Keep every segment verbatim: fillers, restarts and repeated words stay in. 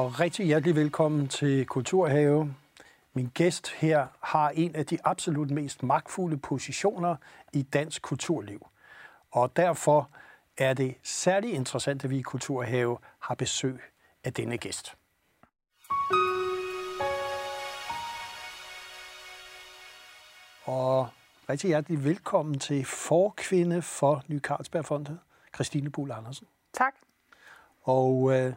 Og rigtig hjertelig velkommen til Kulturhave. Min gæst her har en af de absolut mest magtfulde positioner i dansk kulturliv. Og derfor er det særlig interessant, at vi i Kulturhave har besøg af denne gæst. Og rigtig hjertelig velkommen til forkvinde for Ny Carlsbergfondet, Christine Buhl Andersen. Tak. Og øh,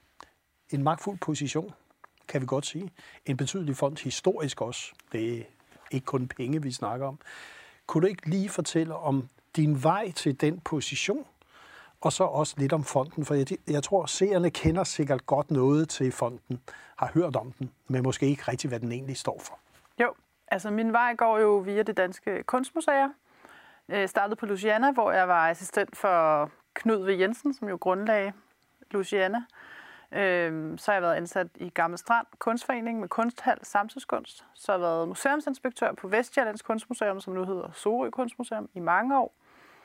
en magtfuld position, kan vi godt sige. En betydelig fond historisk også. Det er ikke kun penge, vi snakker om. Kunne du ikke lige fortælle om din vej til den position, og så også lidt om fonden? For jeg, jeg tror, seerne kender sikkert godt noget til fonden, har hørt om den, men måske ikke rigtig, hvad den egentlig står for. Jo, altså min vej går jo via det danske kunstmuseer. Jeg startede på Louisiana, hvor jeg var assistent for Knud V. Jensen, som jo grundlagde Louisiana. Så har jeg været ansat i Gammel Strand Kunstforening med kunsthal samtidskunst. Så har jeg været museumsinspektør på Vestjyllands Kunstmuseum, som nu hedder Sorø Kunstmuseum, i mange år.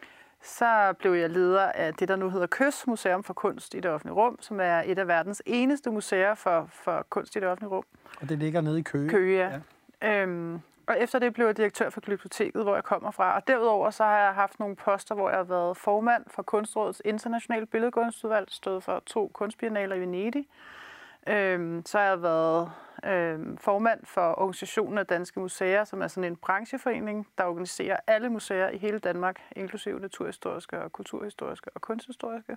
Så blev jeg leder af det, der nu hedder Kys, Museum for Kunst i det offentlige rum, som er et af verdens eneste museer for, for kunst i det offentlige rum. Og det ligger nede i Køge? Køge, ja. ja. Øhm, og efter det blev jeg direktør for Glyptoteket, hvor jeg kommer fra. Og derudover så har jeg haft nogle poster, hvor jeg har været formand for Kunstrådets internationale billedkunstudvalg, stået for to kunstbiennaler i Venedig. Øhm, så har jeg været øhm, formand for Organisationen af Danske Museer, som er sådan en brancheforening, der organiserer alle museer i hele Danmark, inklusive naturhistoriske og kulturhistoriske og kunsthistoriske.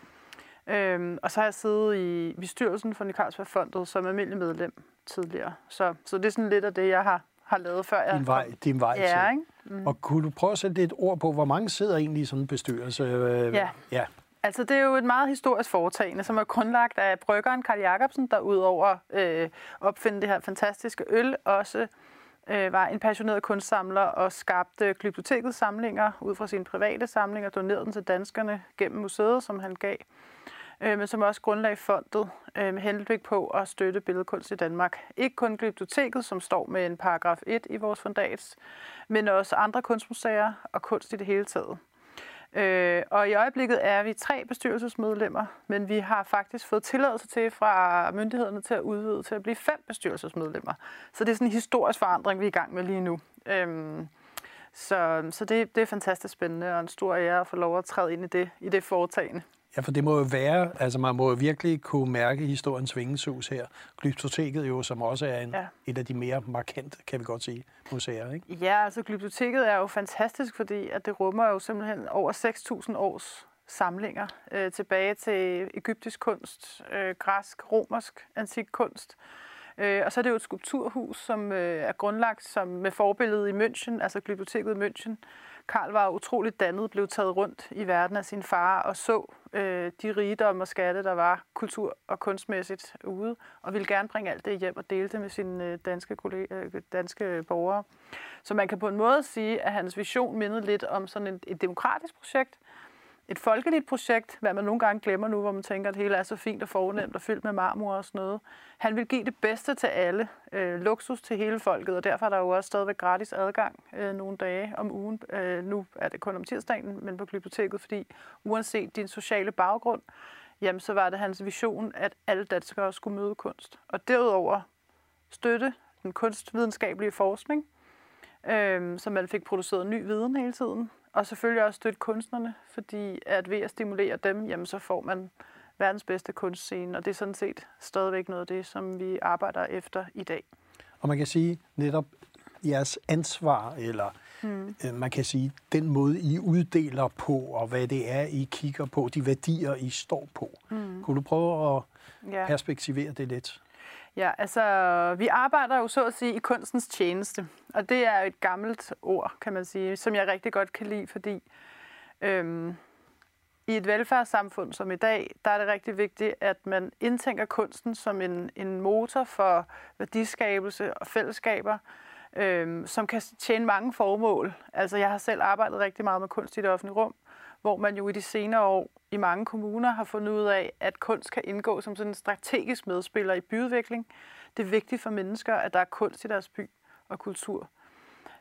Øhm, og så har jeg siddet i bestyrelsen for Ny Carlsbergfondet som almindelig medlem tidligere. Så, så det er sådan lidt af det, jeg har har lavet før jeg din vej, kom. din vej ja, til. Ikke? Mm. Og kunne du prøve at sætte lidt ord på, hvor mange sidder egentlig i sådan en bestyrelse? Ja. ja, altså det er jo et meget historisk foretagende, som er grundlagt af bryggeren Carl Jacobsen, der udover øh, opfinde det her fantastiske øl, også øh, var en passioneret kunstsamler og skabte Glyptotekets samlinger ud fra sine private samlinger, donerede den til danskerne gennem museet, som han gav. Men som også grundlag fondet øh, med henblik på at støtte billedkunst i Danmark. Ikke kun Glyptoteket, som står med en paragraf et i vores fundats, men også andre kunstmuseer og kunst i det hele taget. Øh, og i øjeblikket er vi tre bestyrelsesmedlemmer, men vi har faktisk fået tilladelse til fra myndighederne til at udvide til at blive fem bestyrelsesmedlemmer. Så det er sådan en historisk forandring, vi er i gang med lige nu. Øh, så så det, det er fantastisk spændende og en stor ære at få lov at træde ind i det, i det foretagende. Ja, for det må jo være, altså man må jo virkelig kunne mærke historiens vingesus her. Glyptoteket jo, som også er en, ja. et af de mere markante, kan vi godt sige, museer, ikke? Ja, altså Glyptoteket er jo fantastisk, fordi at det rummer jo simpelthen over seks tusind års samlinger øh, tilbage til egyptisk kunst, øh, græsk, romersk, antik kunst. Øh, og så er det jo et skulpturhus, som øh, er grundlagt som med forbillede i München, altså Glyptoteket i München. Karl var utroligt dannet, blev taget rundt i verden af sin far og så øh, de rigdomme og skatte, der var kultur- og kunstmæssigt ude, og ville gerne bringe alt det hjem og dele det med sine øh, danske, kolleger, øh, danske borgere. Så man kan på en måde sige, at hans vision mindede lidt om sådan et, et demokratisk projekt, et folkeligt projekt, hvad man nogle gange glemmer nu, hvor man tænker, at det hele er så fint og fornemt og fyldt med marmor og sådan noget. Han vil give det bedste til alle, øh, luksus til hele folket, og derfor er der jo også stadigvæk gratis adgang øh, nogle dage om ugen. Øh, nu er det kun om tirsdagen, men på Glyptoteket, fordi uanset din sociale baggrund, jamen så var det hans vision, at alle danskere skulle møde kunst. Og derudover støtte den kunstvidenskabelige forskning, øh, så man fik produceret ny viden hele tiden. Og selvfølgelig også støtte kunstnerne, fordi at ved at stimulere dem, jamen så får man verdens bedste kunstscene, og det er sådan set stadigvæk noget af det, som vi arbejder efter i dag. Og man kan sige netop jeres ansvar, eller hmm. øh, man kan sige den måde, I uddeler på, og hvad det er, I kigger på, de værdier, I står på. Hmm. Kunne du prøve at ja. perspektivere det lidt? Ja, altså vi arbejder jo så at sige i kunstens tjeneste, og det er et gammelt ord, kan man sige, som jeg rigtig godt kan lide, fordi øhm, i et velfærdssamfund som i dag, der er det rigtig vigtigt, at man indtænker kunsten som en, en motor for værdiskabelse og fællesskaber, øhm, som kan tjene mange formål. Altså jeg har selv arbejdet rigtig meget med kunst i det offentlige rum, hvor man jo i de senere år i mange kommuner har fundet ud af, at kunst kan indgå som sådan en strategisk medspiller i byudvikling. Det er vigtigt for mennesker, at der er kunst i deres by og kultur.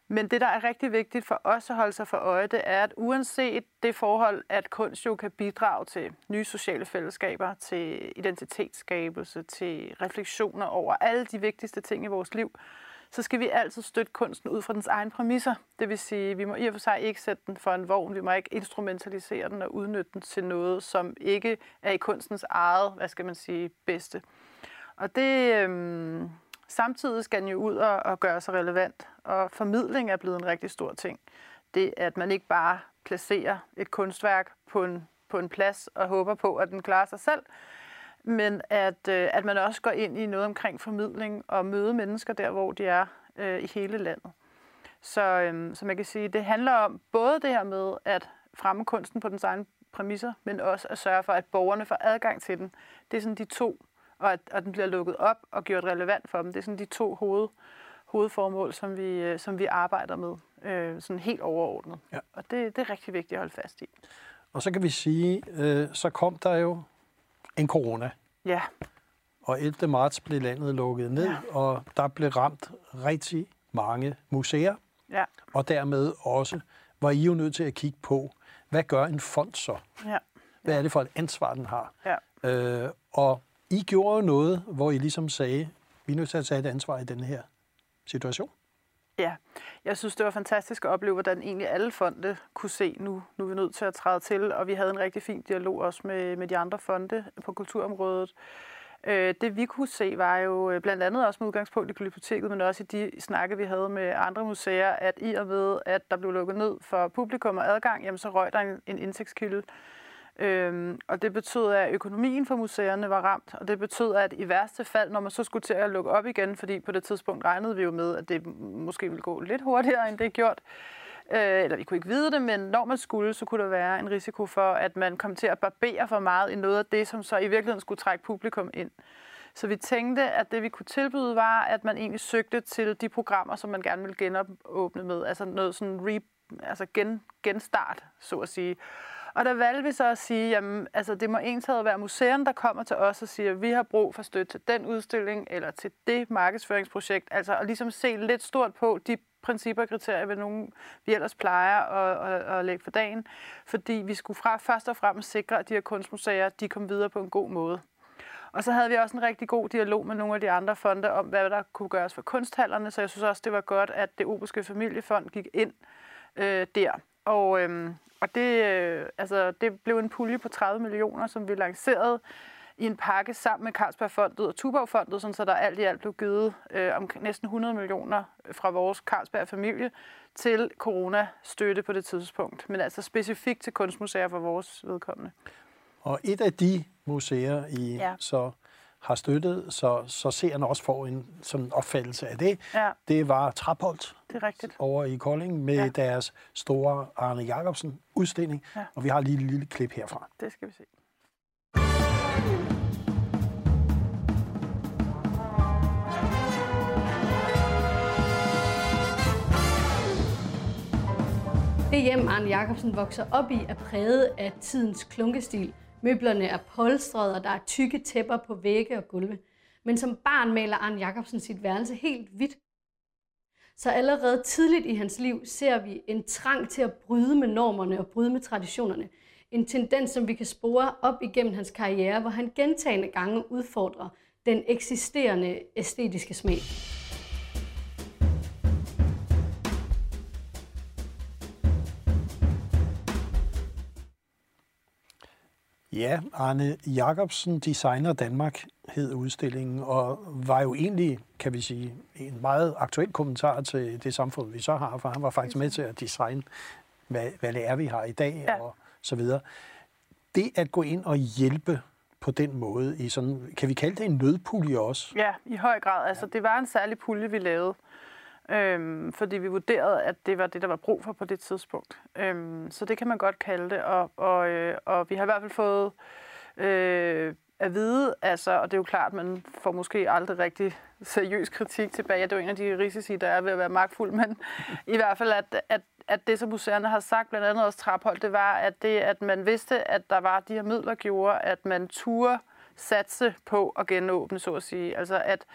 Men det, der er rigtig vigtigt for os at holde sig for øje, det er, at uanset det forhold, at kunst jo kan bidrage til nye sociale fællesskaber, til identitetsskabelse, til refleksioner over alle de vigtigste ting i vores liv, så skal vi altid støtte kunsten ud fra dens egen præmisser. Det vil sige, vi må i og for sig ikke sætte den for en vogn, vi må ikke instrumentalisere den og udnytte den til noget, som ikke er i kunstens eget, hvad skal man sige, bedste. Og det... Øhm Samtidig skal den jo ud og, og gøre sig relevant, og formidling er blevet en rigtig stor ting. Det, at man ikke bare placerer et kunstværk på en, på en plads og håber på, at den klarer sig selv, men at, øh, at man også går ind i noget omkring formidling og møde mennesker der, hvor de er øh, i hele landet. Så, øh, så man kan sige, det handler om både det her med at fremme kunsten på dens egen præmisser, men også at sørge for, at borgerne får adgang til den. Det er sådan de to, og at, at den bliver lukket op og gjort relevant for dem. Det er sådan de to hoved, hovedformål, som vi, som vi arbejder med, øh, sådan helt overordnet. Ja. Og det, det er rigtig vigtigt at holde fast i. Og så kan vi sige, øh, så kom der jo en corona. Ja. Og ellevte marts blev landet lukket ned, ja. Og der blev ramt rigtig mange museer. Ja. Og dermed også var I jo nødt til at kigge på, hvad gør en fond så? Ja. Hvad er det for et ansvar, den har? Ja. Øh, og I gjorde jo noget, hvor I ligesom sagde, vi er nødt til at tage et ansvar i denne her situation. Ja, jeg synes, det var fantastisk at opleve, hvordan egentlig alle fonde kunne se, nu, nu er vi nødt til at træde til, og vi havde en rigtig fin dialog også med, med de andre fonde på kulturområdet. Øh, det vi kunne se var jo blandt andet også med udgangspunkt i Glyptoteket, men også i de snakke, vi havde med andre museer, at i og ved, at der blev lukket ned for publikum og adgang, jamen så røg der en, en indtægtskilde. Øhm, og det betød, at økonomien for museerne var ramt, og det betød, at i værste fald, når man så skulle til at lukke op igen, fordi på det tidspunkt regnede vi jo med, at det måske ville gå lidt hurtigere, end det er gjort, øh, eller vi kunne ikke vide det, men når man skulle, så kunne der være en risiko for, at man kom til at barbere for meget i noget af det, som så i virkeligheden skulle trække publikum ind. Så vi tænkte, at det vi kunne tilbyde var, at man egentlig søgte til de programmer, som man gerne ville genåbne med, altså noget sådan re, altså gen, genstart, så at sige. Og der valgte vi så at sige, jamen, altså det må enstaget være museerne, der kommer til os og siger, at vi har brug for støtte til den udstilling eller til det markedsføringsprojekt. Altså at ligesom se lidt stort på de principper og kriterier, ved nogen, vi ellers plejer at, at, at lægge for dagen. Fordi vi skulle fra først og fremmest sikre, at de her kunstmuseer, de kom videre på en god måde. Og så havde vi også en rigtig god dialog med nogle af de andre fonde om, hvad der kunne gøres for kunsthallerne. Så jeg synes også, det var godt, at det Oberske Familiefond gik ind øh, der. Og... Øh, Og det, øh, altså, det blev en pulje på tredive millioner, som vi lancerede i en pakke sammen med Carlsbergfondet og Tuborgfondet, sådan så der alt i alt blev givet øh, om næsten hundrede millioner fra vores Carlsberg-familie til coronastøtte på det tidspunkt. Men altså specifikt til kunstmuseer for vores vedkommende. Og et af de museer, I ja. så har støttet, så, så seerne også får en sådan opfattelse af det, ja. det var Trapholt. Det er rigtigt. Over i Kolding med ja. deres store Arne Jacobsen udstilling. Ja. Og vi har lige et lille klip herfra. Det skal vi se. Det hjem, Arne Jacobsen vokser op i, er præget af tidens klunkestil. Møblerne er polstrede, og der er tykke tæpper på vægge og gulve. Men som barn maler Arne Jacobsen sit værelse helt hvidt. Så allerede tidligt i hans liv ser vi en trang til at bryde med normerne og bryde med traditionerne. En tendens, som vi kan spore op igennem hans karriere, hvor han gentagne gange udfordrer den eksisterende æstetiske smag. Ja, Arne Jacobsen Designer Danmark hed udstillingen, og var jo egentlig, kan vi sige, en meget aktuel kommentar til det samfund, vi så har, for han var faktisk med til at designe, hvad, hvad det er, vi har i dag, ja. og så videre. Det at gå ind og hjælpe på den måde, i sådan, kan vi kalde det en nødpulje også? Ja, i høj grad. Altså, ja. Det var en særlig pulje, vi lavede. Øhm, fordi vi vurderede, at det var det, der var brug for på det tidspunkt. Øhm, så det kan man godt kalde det, og, og, øh, og vi har i hvert fald fået øh, at vide, altså, og det er jo klart, man får måske aldrig rigtig seriøs kritik tilbage, det er jo en af de risici, der er ved at være magtfuld, men i hvert fald, at, at, at det, som museerne har sagt, blandt andet også Trapholt, det var, at det, at man vidste, at der var de her midler, gjorde, at man turde satse på at genåbne, så at sige. Altså, at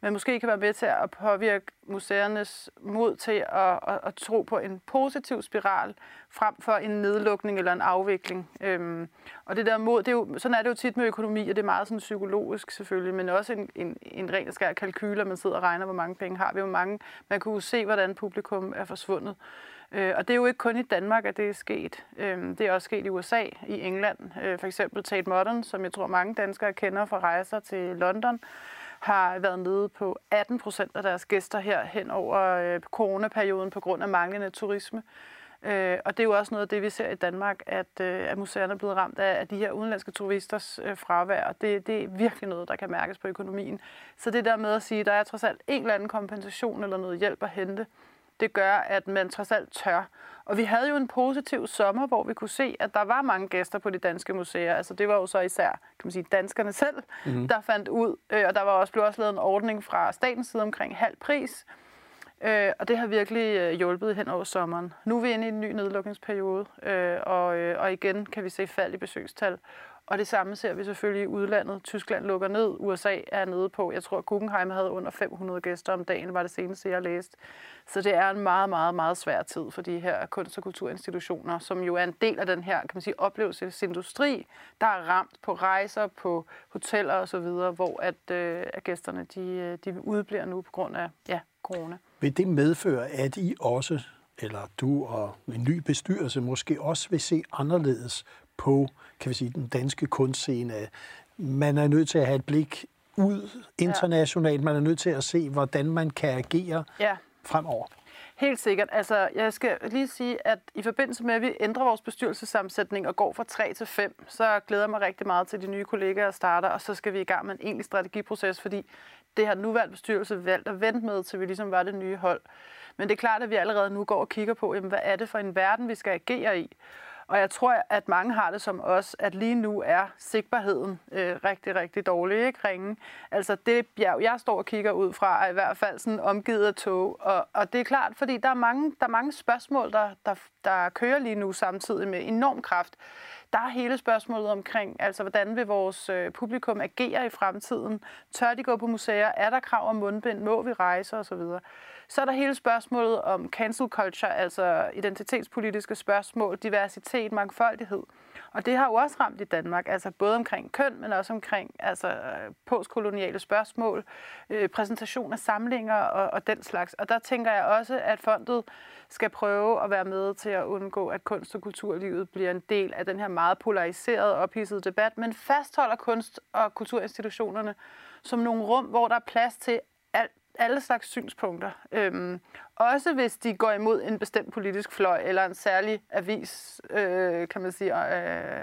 men måske kan være med til at påvirke museernes mod til at, at, at tro på en positiv spiral, frem for en nedlukning eller en afvikling. Øhm, og det der mod, det er jo, sådan er det jo tit med økonomi, og det er meget sådan psykologisk selvfølgelig, men også en, en, en ren og skær kalkyler, man sidder og regner, hvor mange penge har vi, hvor mange, man kunne se, hvordan publikum er forsvundet. Øh, og det er jo ikke kun i Danmark, at det er sket. Øh, det er også sket i U S A, i England. Øh, for eksempel Tate Modern, som jeg tror mange danskere kender fra rejser til London, har været nede på atten procent af deres gæster her hen over øh, coronaperioden på grund af manglende turisme. Øh, og det er jo også noget af det, vi ser i Danmark, at, øh, at museerne er blevet ramt af, af de her udenlandske turisters øh, fravær. Og det, det er virkelig noget, der kan mærkes på økonomien. Så det der med at sige, at der er trods alt en eller anden kompensation eller noget hjælp at hente, det gør, at man trods alt tør. Og vi havde jo en positiv sommer, hvor vi kunne se, at der var mange gæster på de danske museer. Altså det var jo så især, kan man sige, danskerne selv, mm-hmm. der fandt ud. Øh, og der var også, blev også lavet en ordning fra statens side omkring halv pris. Øh, og det har virkelig øh, hjulpet hen over sommeren. Nu er vi inde i en ny nedlukningsperiode, øh, og, øh, og igen kan vi se fald i besøgstal. Og det samme ser vi selvfølgelig i udlandet. Tyskland lukker ned, U S A er nede på. Jeg tror, at Guggenheim havde under fem hundrede gæster om dagen, var det seneste, jeg læste. Så det er en meget, meget, meget svær tid for de her kunst- og kulturinstitutioner, som jo er en del af den her, kan man sige, oplevelsesindustri, der er ramt på rejser, på hoteller osv., hvor at, øh, at gæsterne de, de udbliver nu på grund af ja, corona. Vil det medføre, at I også, eller du og en ny bestyrelse, måske også vil se anderledes på, kan vi sige, den danske kunstscene? Man er nødt til at have et blik ud internationalt. Man er nødt til at se, hvordan man kan agere ja. fremover. Helt sikkert. Altså, jeg skal lige sige, at i forbindelse med, at vi ændrer vores bestyrelsessammensætning og går fra tre til fem, så glæder jeg mig rigtig meget til, de nye kollegaer starter, og så skal vi i gang med en egentlig strategiproces, fordi det har den nuværende bestyrelse valgt at vente med, til vi ligesom var det nye hold. Men det er klart, at vi allerede nu går og kigger på, jamen, hvad er det for en verden, vi skal agere i? Og jeg tror, at mange har det som os, at lige nu er sigtbarheden øh, rigtig, rigtig dårlig, ikke ringe. Altså det bjerg, jeg står og kigger ud fra, er i hvert fald sådan omgivet af tog. Og, og det er klart, fordi der er mange, der er mange spørgsmål, der, der, der kører lige nu samtidig med enorm kraft. Der er hele spørgsmålet omkring, altså hvordan vil vores øh, publikum agere i fremtiden? Tør de gå på museer? Er der krav om mundbind? Må vi rejse? Og så videre. Så er der hele spørgsmålet om cancel culture, altså identitetspolitiske spørgsmål, diversitet, mangfoldighed. Og det har jo også ramt i Danmark, altså både omkring køn, men også omkring altså, postkoloniale spørgsmål, øh, præsentation af samlinger og, og den slags. Og der tænker jeg også, at fondet skal prøve at være med til at undgå, at kunst- og kulturlivet bliver en del af den her meget polariserede, ophidsede debat, men fastholder kunst- og kulturinstitutionerne som nogle rum, hvor der er plads til alt, alle slags synspunkter. Øhm, også hvis de går imod en bestemt politisk fløj eller en særlig avis, øh, kan man sige, øh,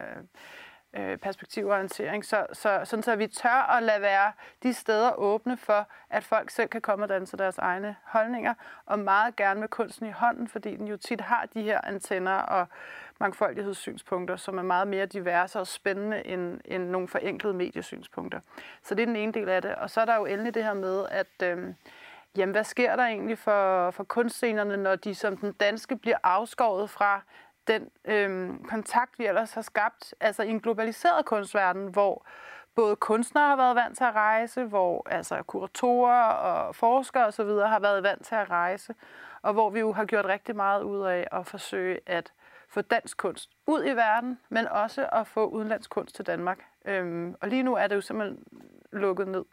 øh, perspektivorientering. Så, så, sådan så vi tør at lade være de steder åbne for, at folk selv kan komme og danse deres egne holdninger, og meget gerne med kunsten i hånden, fordi den jo tit har de her antenner og mangfoldighedssynspunkter, som er meget mere diverse og spændende end, end nogle forenklede mediesynspunkter. Så det er den ene del af det. Og så er der jo endelig det her med, at øh, jamen, hvad sker der egentlig for, for kunstscenerne, når de som den danske bliver afskåret fra den øh, kontakt, vi ellers har skabt, altså i en globaliseret kunstverden, hvor både kunstnere har været vant til at rejse, hvor altså kuratorer og forskere osv. har været vant til at rejse, og hvor vi jo har gjort rigtig meget ud af at forsøge at få dansk kunst ud i verden, men også at få udenlandsk kunst til Danmark. Øhm, og lige nu er det jo simpelthen lukket ned.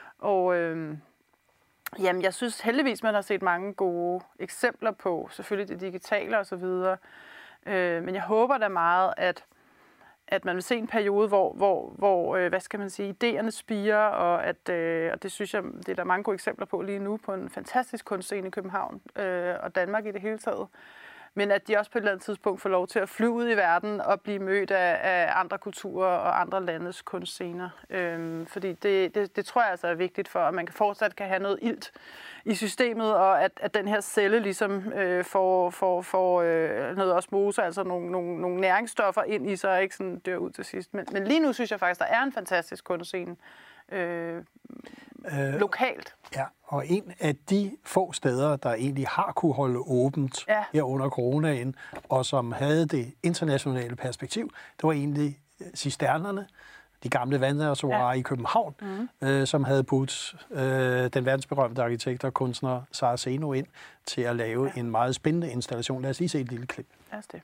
Og øhm, jamen, jeg synes heldigvis, man har set mange gode eksempler på, selvfølgelig det digitale og så videre. Øh, men jeg håber da meget, at, at man vil se en periode, hvor, hvor, hvor øh, hvad skal man sige, idéerne spirer, og, at, øh, og det synes jeg, det er der mange gode eksempler på lige nu, på en fantastisk kunstscene i København øh, og Danmark i det hele taget. Men at de også på et eller andet tidspunkt får lov til at flyve ud i verden og blive mødt af, af andre kulturer og andre landes kunstscener. Øhm, fordi det, det, det tror jeg altså er vigtigt for, at man fortsat kan have noget ilt i systemet, og at, at den her celle ligesom øh, får, får, får øh, noget osmose, altså nogle, nogle, nogle næringsstoffer ind i sig, og ikke sådan dør ud til sidst. Men, men lige nu synes jeg faktisk, der er en fantastisk kunstscene øh, øh, lokalt. Ja, og en af de få steder, der egentlig har kunne holde åbent ja. her under coronaen, og som havde det internationale perspektiv, det var egentlig Cisternerne, de gamle vandreservoirer ja. i København, mm. øh, som havde budt øh, den verdensberømte arkitekt og kunstner Saraceno ind til at lave ja. en meget spændende installation. Lad os lige se et lille klip. Lad os det.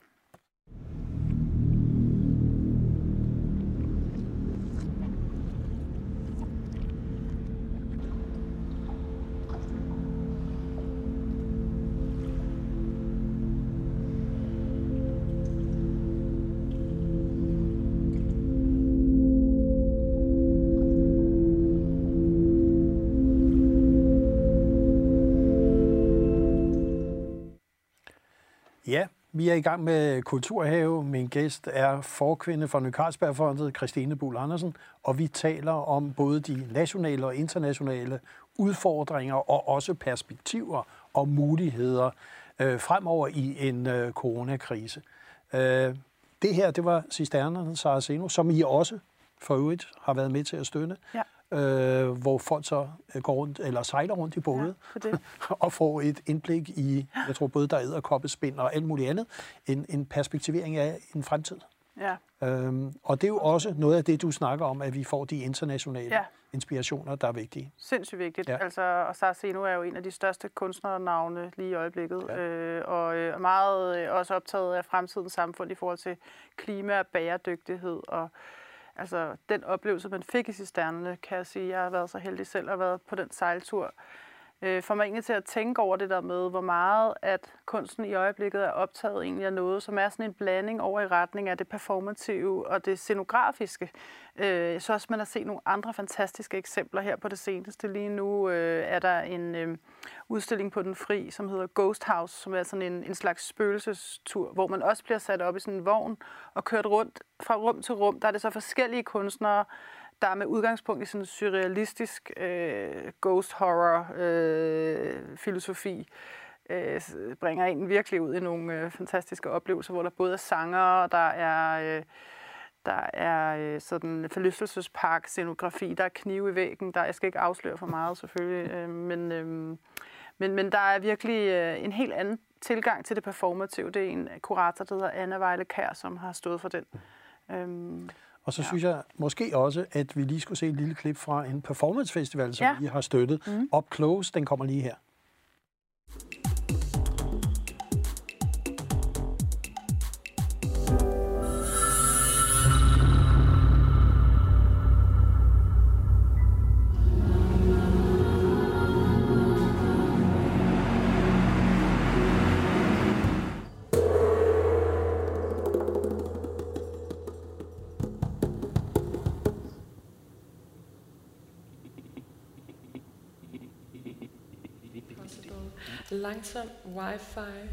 Ja, vi er i gang med Kulturhave. Min gæst er forkvinde fra Ny Carlsbergfondet, Christine Buhl Andersen, og vi taler om både de nationale og internationale udfordringer og også perspektiver og muligheder øh, fremover i en øh, coronakrise. Øh, det her, det var Cisternerne Saraceno, som I også for øvrigt har været med til at støtte. Ja. Øh, hvor folk så går rundt, eller sejler rundt i både, ja, det. og får et indblik i, jeg tror både der er edderkoppespind og alt muligt andet, en, en perspektivering af en fremtid. Ja. Øhm, og det er jo også noget af det, du snakker om, at vi får de internationale ja. inspirationer, der er vigtige. Sindssygt vigtigt. Ja. Altså, og Saraceno er jo en af de største kunstnernavne lige i øjeblikket, ja. øh, og øh, meget øh, også optaget af fremtidens samfund i forhold til klima og bæredygtighed og altså, den oplevelse, man fik i Cisternerne, kan jeg sige, jeg har været så heldig selv at have været på den sejltur, øh, får mig egentlig til at tænke over det der med, hvor meget at kunsten i øjeblikket er optaget egentlig af noget, som er sådan en blanding over i retning af det performative og det scenografiske. Øh, jeg synes også, man har set nogle andre fantastiske eksempler her på det seneste. Lige nu øh, er der en øh, udstilling på Den Fri, som hedder Ghost House, som er sådan en, en slags spøgelsestur, hvor man også bliver sat op i sådan en vogn og kørt rundt fra rum til rum. Der er det så forskellige kunstnere, der er med udgangspunkt i sådan en surrealistisk øh, ghost horror øh, filosofi, øh, bringer en virkelig ud i nogle øh, fantastiske oplevelser, hvor der både er sanger, der er øh, der er øh, sådan forlystelsespark, scenografi, der er knive i væggen, der jeg skal ikke afsløre for meget selvfølgelig, øh, men øh, men men der er virkelig øh, en helt anden tilgang til det performative. Det er en kurator, der hedder Anna Vejle Kjær, som har stået for den. Øh, Og så ja. synes jeg måske også, at vi lige skulle se et lille klip fra en performancefestival, som ja. vi har støttet. Mm. Up Close, den kommer lige her. Langsom wifi.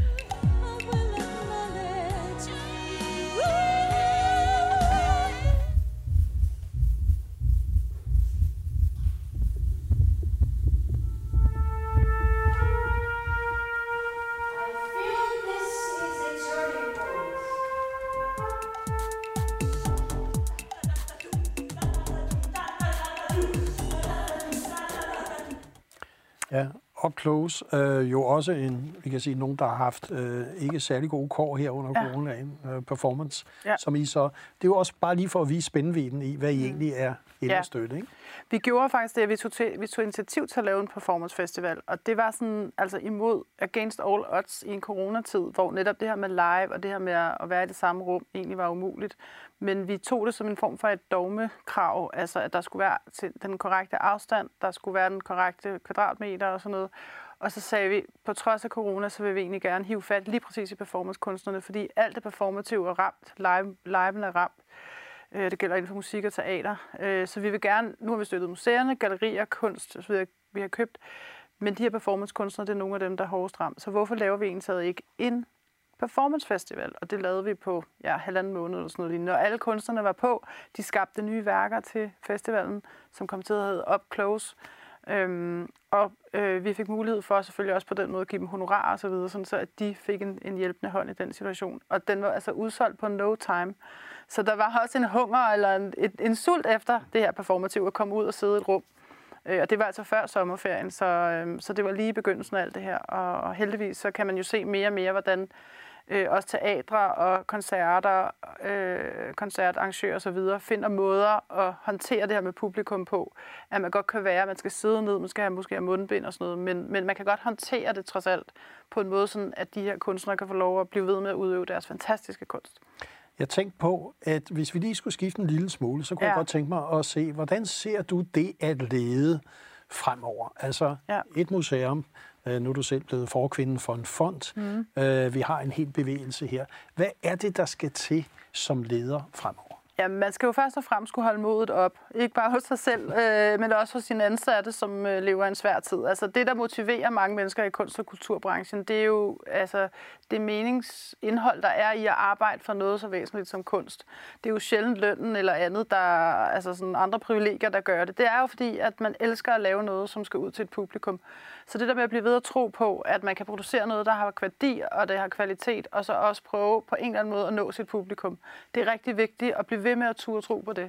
Ja, Up Close, øh, jo også en, vi kan sige, nogen, der har haft øh, ikke særlig gode kår her under ja. coronaen, øh, performance, ja. som I så. Det er jo også bare lige for at vise spændvidden i, hvad I mm. egentlig er inde ja. at støtte, ikke? Vi gjorde faktisk det, at vi tog, til, vi tog initiativ til at lave en performancefestival, og det var sådan, altså imod against all odds i en coronatid, hvor netop det her med live og det her med at være i det samme rum egentlig var umuligt. Men vi tog det som en form for et dogmekrav, altså at der skulle være til den korrekte afstand, der skulle være den korrekte kvadratmeter og sådan noget. Og så sagde vi, på trods af corona, så vil vi egentlig gerne hive fat lige præcis i performancekunstnerne, fordi alt det performative er ramt, live, liven er ramt. Det gælder inden for musik og teater. Så vi vil gerne, nu har vi støttet museerne, gallerier, kunst, osv. vi har købt. Men de her performancekunstnere, det er nogle af dem, der er hårdest ramt. Så hvorfor laver vi egentlig ikke en performancefestival? Og det lavede vi på ja, halvanden måned eller sådan noget lignende. Når alle kunstnerne var på, de skabte nye værker til festivalen, som kom til at hedde Up Close. Øhm, og øh, vi fik mulighed for selvfølgelig også på den måde at give dem honorar og så videre, sådan så at de fik en, en hjælpende hånd i den situation. Og den var altså udsolgt på no time. Så der var også en hunger eller en, et, en sult efter det her performativ at komme ud og sidde i et rum. Øh, og det var altså før sommerferien, så, øh, så det var lige i begyndelsen af alt det her. Og, og heldigvis så kan man jo se mere og mere, hvordan øh, også teatre og koncerter, øh, koncertarrangører osv., finder måder at håndtere det her med publikum på. At man godt kan være, at man skal sidde ned, man skal have, måske have mundbind og sådan noget, men, men man kan godt håndtere det trods alt på en måde, sådan at de her kunstnere kan få lov at blive ved med at udøve deres fantastiske kunst. Jeg tænkte på, at hvis vi lige skulle skifte en lille smule, så kunne ja. jeg godt tænke mig at se, hvordan ser du det at lede fremover? Altså ja. et museum, nu er du selv blevet forkvinden for en fond, mm. øh, vi har en hel bevægelse her. Hvad er det, der skal til som leder fremover? Ja, man skal jo først og fremmest kunne holde modet op. Ikke bare hos sig selv, øh, men også hos sine ansatte, som øh, lever en svær tid. Altså det, der motiverer mange mennesker i kunst- og kulturbranchen, det er jo altså, det meningsindhold, der er i at arbejde for noget så væsentligt som kunst. Det er jo sjældent lønnen eller andet, der altså sådan andre privilegier, der gør det. Det er jo fordi, at man elsker at lave noget, som skal ud til et publikum. Så det der med at blive ved at tro på, at man kan producere noget, der har værdi og det har kvalitet, og så også prøve på en eller anden måde at nå sit publikum. Det er rigtig vigtigt at blive ved med at turde tro på det.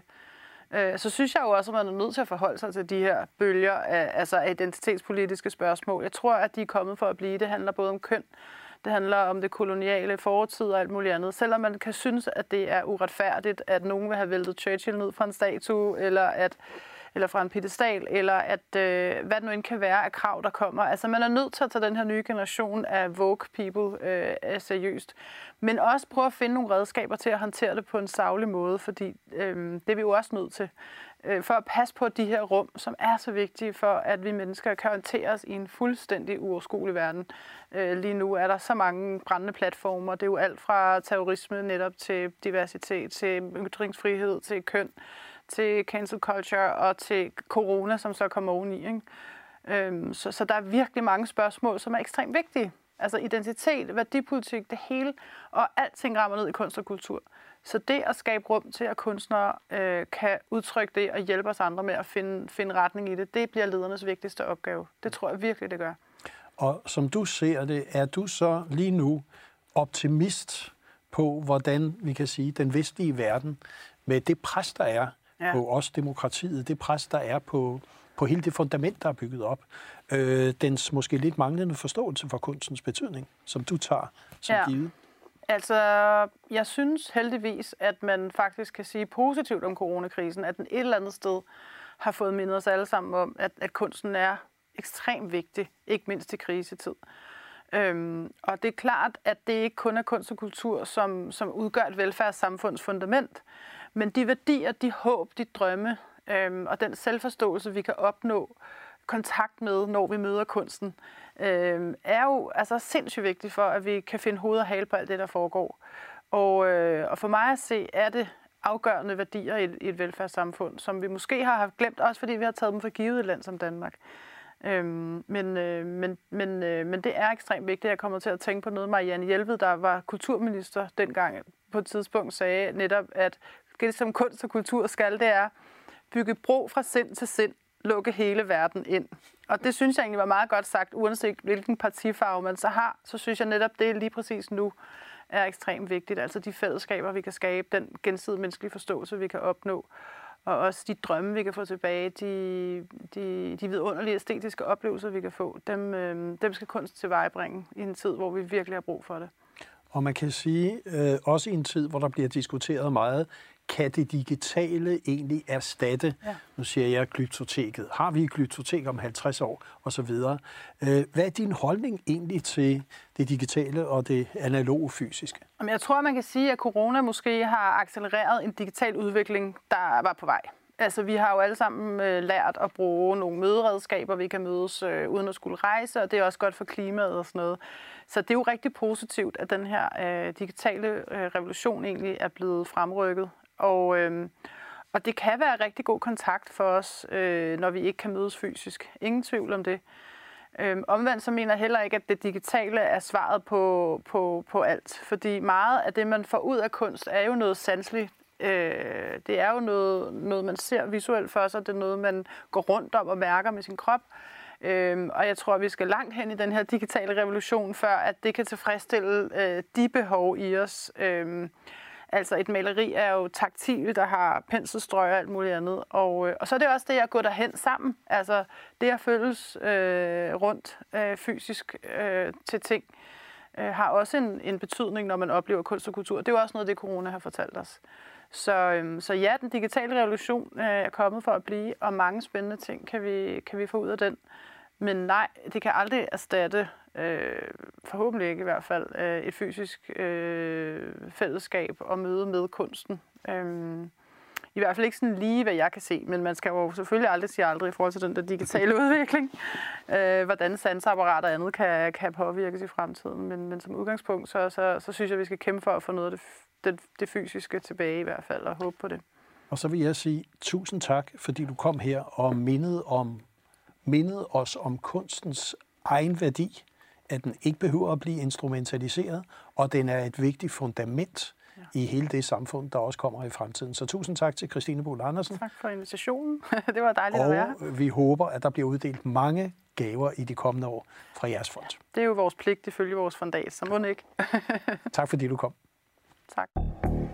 Så synes jeg jo også, at man er nødt til at forholde sig til de her bølger af, altså af identitetspolitiske spørgsmål. Jeg tror, at de er kommet for at blive. Det handler både om køn, det handler om det koloniale fortid og alt muligt andet. Selvom man kan synes, at det er uretfærdigt, at nogen vil have væltet Churchill ned fra en statue, eller at eller fra en piedestal, eller at øh, hvad det nu end kan være af krav, der kommer. Altså man er nødt til at tage den her nye generation af woke people øh, seriøst. Men også prøve at finde nogle redskaber til at håndtere det på en saglig måde, fordi øh, det er vi jo også nødt til. Øh, for at passe på de her rum, som er så vigtige for, at vi mennesker kan håndtere os i en fuldstændig uoverskuelig verden. Øh, lige nu er der så mange brændende platformer. Det er jo alt fra terrorisme netop til diversitet, til ytringsfrihed, til køn, til cancel culture og til corona, som så kommer oveni. Ikke? Øhm, så, så der er virkelig mange spørgsmål, som er ekstremt vigtige. Altså identitet, værdipolitik, det hele, og alting rammer ned i kunst og kultur. Så det at skabe rum til, at kunstnere øh, kan udtrykke det og hjælpe os andre med at finde, finde retning i det, det bliver ledernes vigtigste opgave. Det tror jeg virkelig, det gør. Og som du ser det, er du så lige nu optimist på, hvordan vi kan sige, den vestlige verden med det pres, der er ja. på os demokratiet, det pres, der er på, på hele det fundament, der er bygget op, øh, dens måske lidt manglende forståelse for kunstens betydning, som du tager som ja. givet? Altså, jeg synes heldigvis, at man faktisk kan sige positivt om coronakrisen, at den et eller andet sted har fået mindet os alle sammen om, at, at kunsten er ekstremt vigtig, ikke mindst i krisetid. Øhm, og det er klart, at det ikke kun er kunst og kultur, som, som udgør et velfærdssamfunds fundament, men de værdier, de håb, de drømme øhm, og den selvforståelse, vi kan opnå kontakt med, når vi møder kunsten, øhm, er jo altså sindssygt vigtigt for, at vi kan finde hoved og hale på alt det, der foregår. Og, øh, og for mig at se, er det afgørende værdier i et, i et velfærdssamfund, som vi måske har haft glemt, også fordi vi har taget dem for givet i et land som Danmark. Øhm, men, øh, men, men, øh, men det er ekstremt vigtigt. Jeg kommer til at tænke på noget, Marianne Jelved, der var kulturminister dengang, på et tidspunkt sagde netop, at det som kunst og kultur skal, det er bygge bro fra sind til sind, lukke hele verden ind. Og det synes jeg egentlig var meget godt sagt, uanset hvilken partifarve man så har, så synes jeg netop, det lige præcis nu er ekstremt vigtigt. Altså de fællesskaber, vi kan skabe, den gensidige menneskelige forståelse, vi kan opnå, og også de drømme, vi kan få tilbage, de, de, de vidunderlige æstetiske oplevelser, vi kan få, dem, øh, dem skal kunst tilvejebringe i en tid, hvor vi virkelig har brug for det. Og man kan sige, øh, også i en tid, hvor der bliver diskuteret meget, kan det digitale egentlig erstatte, ja. nu siger jeg glyptoteket, har vi et glyptotek om halvtreds år osv. Øh, hvad er din holdning egentlig til det digitale og det analoge fysiske? Jeg tror, man kan sige, at corona måske har accelereret en digital udvikling, der var på vej. Altså, vi har jo alle sammen øh, lært at bruge nogle møderedskaber, vi kan mødes øh, uden at skulle rejse, og det er også godt for klimaet og sådan noget. Så det er jo rigtig positivt, at den her øh, digitale øh, revolution egentlig er blevet fremrykket. Og, øh, og det kan være rigtig god kontakt for os, øh, når vi ikke kan mødes fysisk. Ingen tvivl om det. Øh, omvendt så mener jeg heller ikke, at det digitale er svaret på, på, på alt. Fordi meget af det, man får ud af kunst, er jo noget sanseligt. Øh, det er jo noget, noget, man ser visuelt for sig. Det er noget, man går rundt om og mærker med sin krop. Øh, og jeg tror, at vi skal langt hen i den her digitale revolution, før at det kan tilfredsstille øh, de behov i os. Øh, altså et maleri er jo taktil, der har penselstrøg og alt muligt andet. Og, øh, og så er det også det at gå derhen sammen. Altså det at føles øh, rundt øh, fysisk øh, til ting. øh, har også en, en betydning, når man oplever kunst og kultur. Det er jo også noget, det corona har fortalt os. Så, øhm, så ja, den digitale revolution øh, er kommet for at blive, og mange spændende ting kan vi, kan vi få ud af den. Men nej, det kan aldrig erstatte, øh, forhåbentlig ikke i hvert fald, øh, et fysisk øh, fællesskab og møde med kunsten. Øh, I hvert fald ikke sådan lige, hvad jeg kan se, men man skal jo selvfølgelig aldrig sige aldrig i forhold til den der digitale udvikling, øh, hvordan sanseapparat og andet kan, kan påvirkes i fremtiden. Men, men som udgangspunkt, så, så, så synes jeg, vi skal kæmpe for at få noget af det, det, det fysiske tilbage i hvert fald, og håbe på det. Og så vil jeg sige tusind tak, fordi du kom her og mindede, om, mindede os om kunstens egen værdi, at den ikke behøver at blive instrumentaliseret, og den er et vigtigt fundament i hele det samfund, der også kommer i fremtiden. Så tusind tak til Christine Buhl Andersen. Tak for invitationen. Det var dejligt og at være. Og vi håber, at der bliver uddelt mange gaver i de kommende år fra jeres fond. Det er jo vores pligt, ifølge vores fondat, så må ikke. Tak fordi du kom. Tak.